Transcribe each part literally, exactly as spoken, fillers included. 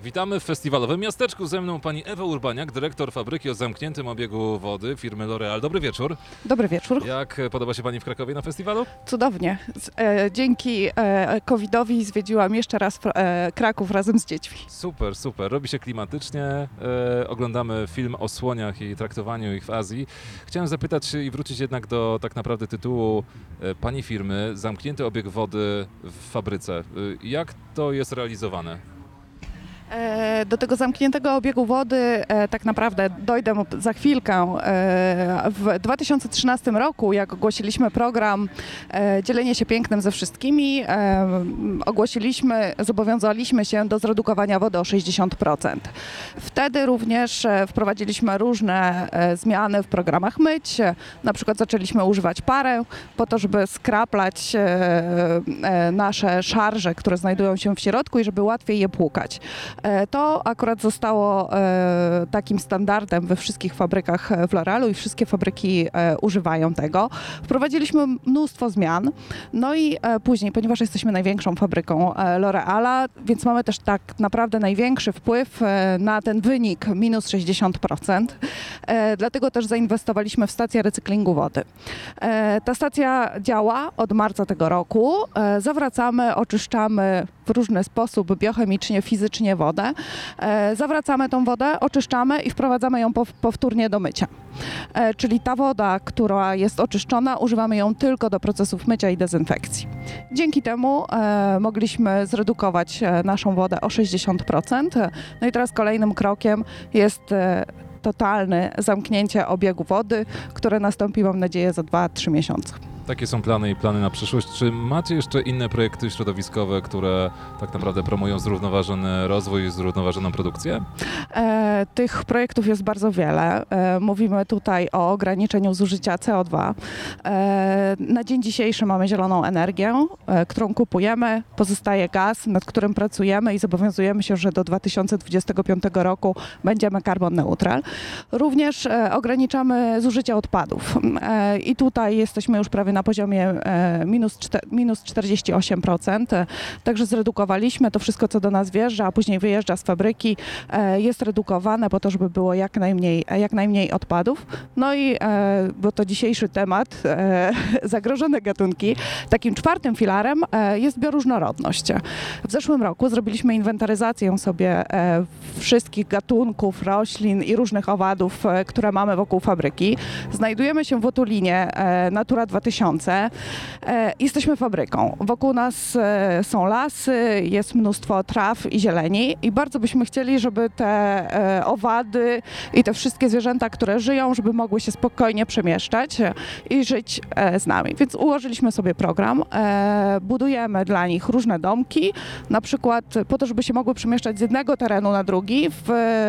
Witamy w festiwalowym miasteczku. Ze mną pani Ewa Urbaniak, dyrektor fabryki o zamkniętym obiegu wody firmy L'Oréal. Dobry wieczór. Dobry wieczór. Jak podoba się pani w Krakowie na festiwalu? Cudownie. Z- E, dzięki e, kowitowi zwiedziłam jeszcze raz e, Kraków razem z dziećmi. Super, super. Robi się klimatycznie. E, oglądamy film o słoniach i traktowaniu ich w Azji. Chciałem zapytać się i wrócić jednak do tak naprawdę tytułu e, pani firmy Zamknięty obieg wody w fabryce. E, jak to jest realizowane? E, Do tego zamkniętego obiegu wody e, tak naprawdę dojdę za chwilkę. E, W dwa tysiące trzynastym roku, jak ogłosiliśmy program e, Dzielenie się pięknem ze wszystkimi, e, ogłosiliśmy, zobowiązaliśmy się do zredukowania wody o sześćdziesiąt procent. Wtedy również e, wprowadziliśmy różne e, zmiany w programach myć. Na przykład zaczęliśmy używać parę po to, żeby skraplać e, e, nasze szarże, które znajdują się w środku i żeby łatwiej je płukać. E, To akurat zostało e, takim standardem we wszystkich fabrykach w L'Oréalu i wszystkie fabryki e, używają tego. Wprowadziliśmy mnóstwo zmian, no i e, później, ponieważ jesteśmy największą fabryką e, L'Oréala, więc mamy też tak naprawdę największy wpływ e, na ten wynik, minus sześćdziesiąt procent. E, dlatego też zainwestowaliśmy w stację recyklingu wody. E, ta stacja działa od marca tego roku. E, zawracamy, oczyszczamy w różny sposób biochemicznie, fizycznie wodę. E, zawracamy tą wodę, oczyszczamy i wprowadzamy ją pow- powtórnie do mycia. E, czyli ta woda, która jest oczyszczona, używamy ją tylko do procesów mycia i dezynfekcji. Dzięki temu e, mogliśmy zredukować e, naszą wodę o sześćdziesiąt procent. No i teraz kolejnym krokiem jest e, totalne zamknięcie obiegu wody, które nastąpi, mam nadzieję, za dwa trzy miesiące. Takie są plany i plany na przyszłość. Czy macie jeszcze inne projekty środowiskowe, które tak naprawdę promują zrównoważony rozwój i zrównoważoną produkcję? E, tych projektów jest bardzo wiele. E, mówimy tutaj o ograniczeniu zużycia C O dwa. E, na dzień dzisiejszy mamy zieloną energię, e, którą kupujemy. Pozostaje gaz, nad którym pracujemy i zobowiązujemy się, że do dwa tysiące dwudziestego piątego roku będziemy carbon neutral. Również e, ograniczamy zużycie odpadów. E, I tutaj jesteśmy już prawie na poziomie e, minus, czte, minus czterdzieści osiem procent. E, Także zredukowaliśmy to wszystko, co do nas wjeżdża, a później wyjeżdża z fabryki. E, jest redukowane po to, żeby było jak najmniej, jak najmniej odpadów. No i, e, bo to dzisiejszy temat, e, zagrożone gatunki. Takim czwartym filarem e, jest bioróżnorodność. W zeszłym roku zrobiliśmy inwentaryzację sobie e, wszystkich gatunków roślin i różnych owadów, e, które mamy wokół fabryki. Znajdujemy się w Otulinie e, Natura dwa tysiące. E, jesteśmy fabryką. Wokół nas e, są lasy, jest mnóstwo traw i zieleni i bardzo byśmy chcieli, żeby te e, owady i te wszystkie zwierzęta, które żyją, żeby mogły się spokojnie przemieszczać e, i żyć e, z nami. Więc ułożyliśmy sobie program. E, budujemy dla nich różne domki, na przykład po to, żeby się mogły przemieszczać z jednego terenu na drugi. W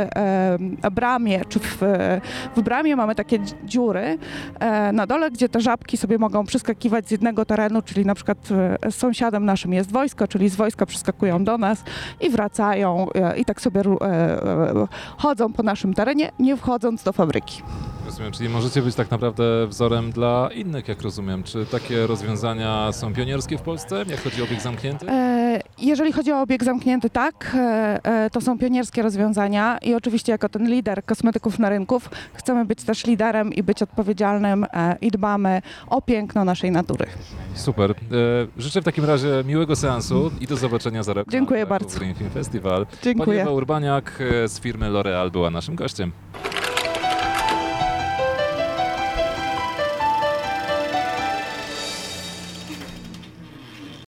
e, bramie, czy w, w bramie mamy takie dzi- dziury e, na dole, gdzie te żabki sobie mogą przeskakiwać z jednego terenu, czyli na przykład e, sąsiadem naszym jest wojsko, czyli z wojska przeskakują do nas i wracają e, i tak sobie ru- e, e, chodzą po naszym terenie, nie wchodząc do fabryki. Rozumiem, czyli możecie być tak naprawdę wzorem dla innych, jak rozumiem. Czy takie rozwiązania są pionierskie w Polsce, jak chodzi o obieg zamknięty? E, Jeżeli chodzi o obieg zamknięty, tak, e, e, to są pionierskie rozwiązania i oczywiście jako ten lider kosmetyków na rynku chcemy być też liderem i być odpowiedzialnym e, i dbamy o piękno naszej natury. Super. E, życzę w takim razie miłego seansu i do zobaczenia za rok. Dziękuję na Kraków bardzo. Green Film Festival. Dziękuję. Pani Ewa Urbaniak e, z firmy L'Oréal była naszym gościem.